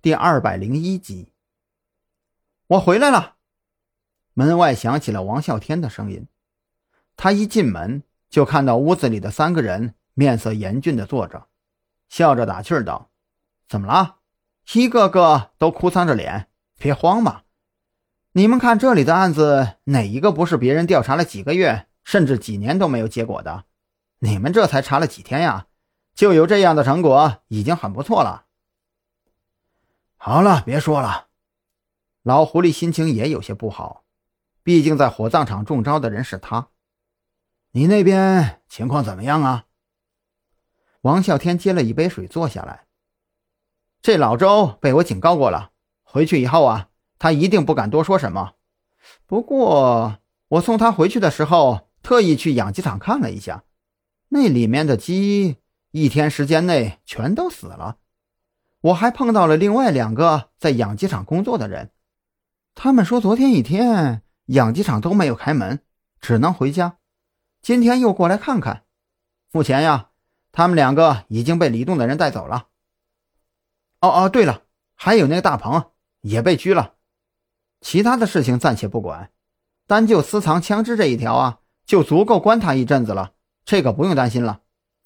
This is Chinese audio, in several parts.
第201集。我回来了。门外响起了王啸天的声音。他一进门就看到屋子里的3个人面色严峻地坐着，笑着打趣道：怎么了？一个个都哭丧着脸，别慌嘛。你们看这里的案子，哪一个不是别人调查了几个月甚至几年都没有结果的？你们这才查了几天呀，就有这样的成果，已经很不错了。 好了，别说了。 老狐狸心情也有些不好，毕竟在火葬场中招的人是他。 你那边情况怎么样啊？ 王啸天接了一杯水坐下来。这老周被我警告过了，回去以后啊，他一定不敢多说什么。不过我送他回去的时候特意去养鸡场看了一下，那里面的鸡1天时间内全都死了。我还碰到了另外2个在养鸡场工作的人，他们说昨天1天养鸡场都没有开门，只能回家。今天又过来看看。目前呀，他们2个已经被离洞的人带走了。对了，还有那个大鹏也被拘了。其他的事情暂且不管，单就私藏枪支这一条啊，就足够关他一阵子了，这个不用担心了。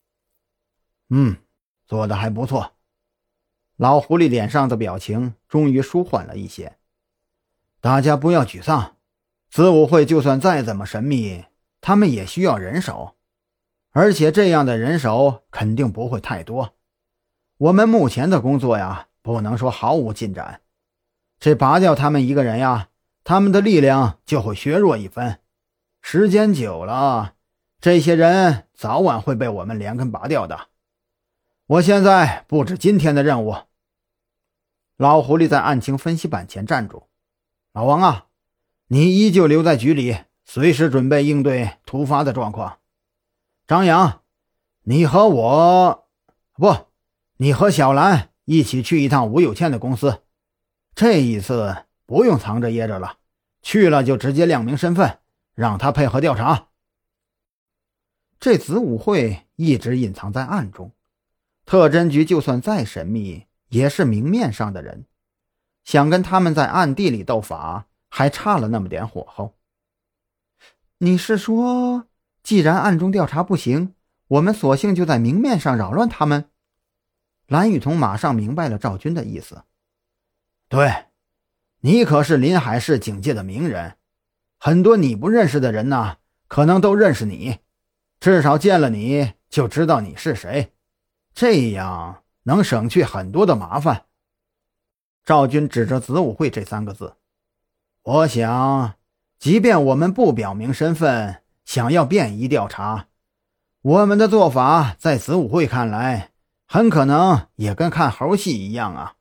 做得还不错。 老狐狸脸上的表情终于舒缓了一些。 大家不要沮丧，子午会就算再怎么神秘，他们也需要人手，而且这样的人手肯定不会太多。我们目前的工作呀，不能说毫无进展。这拔掉他们1个人呀，他们的力量就会削弱1分。时间久了，这些人早晚会被我们连根拔掉的。我现在布置今天的任务。 老狐狸在案情分析板前站住。 老王啊，你依旧留在局里，随时准备应对突发的状况。张扬，你和小兰一起去一趟吴有倩的公司。这一次不用藏着掖着了，去了就直接亮明身份，让他配合调查。 这子午会一直隐藏在暗中，特侦局就算再神秘，也是明面上的人，想跟他们在暗地里斗法，还差了那么点火候。你是说，既然暗中调查不行，我们索性就在明面上扰乱他们？蓝雨桐马上明白了赵军的意思。 对，你可是临海市警界的名人，很多你不认识的人呢，可能都认识你，至少见了你就知道你是谁，这样能省去很多的麻烦。 赵军指着子午会这3个字。 我想，即便我们不表明身份，想要便衣调查，我们的做法在子午会看来，很可能也跟看猴戏一样啊。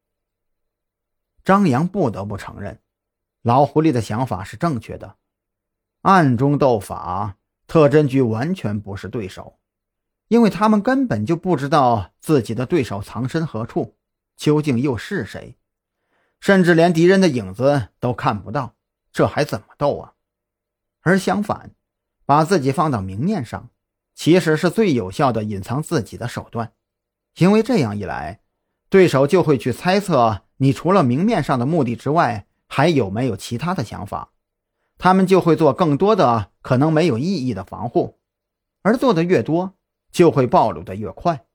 张扬不得不承认，老狐狸的想法是正确的。暗中斗法，特侦局完全不是对手，因为他们根本就不知道自己的对手藏身何处，究竟又是谁，甚至连敌人的影子都看不到，这还怎么斗啊？而相反，把自己放到明面上，其实是最有效的隐藏自己的手段，因为这样一来，对手就会去猜测你除了明面上的目的之外，还有没有其他的想法，他们就会做更多的可能没有意义的防护，而做的越多，就会暴露的越快。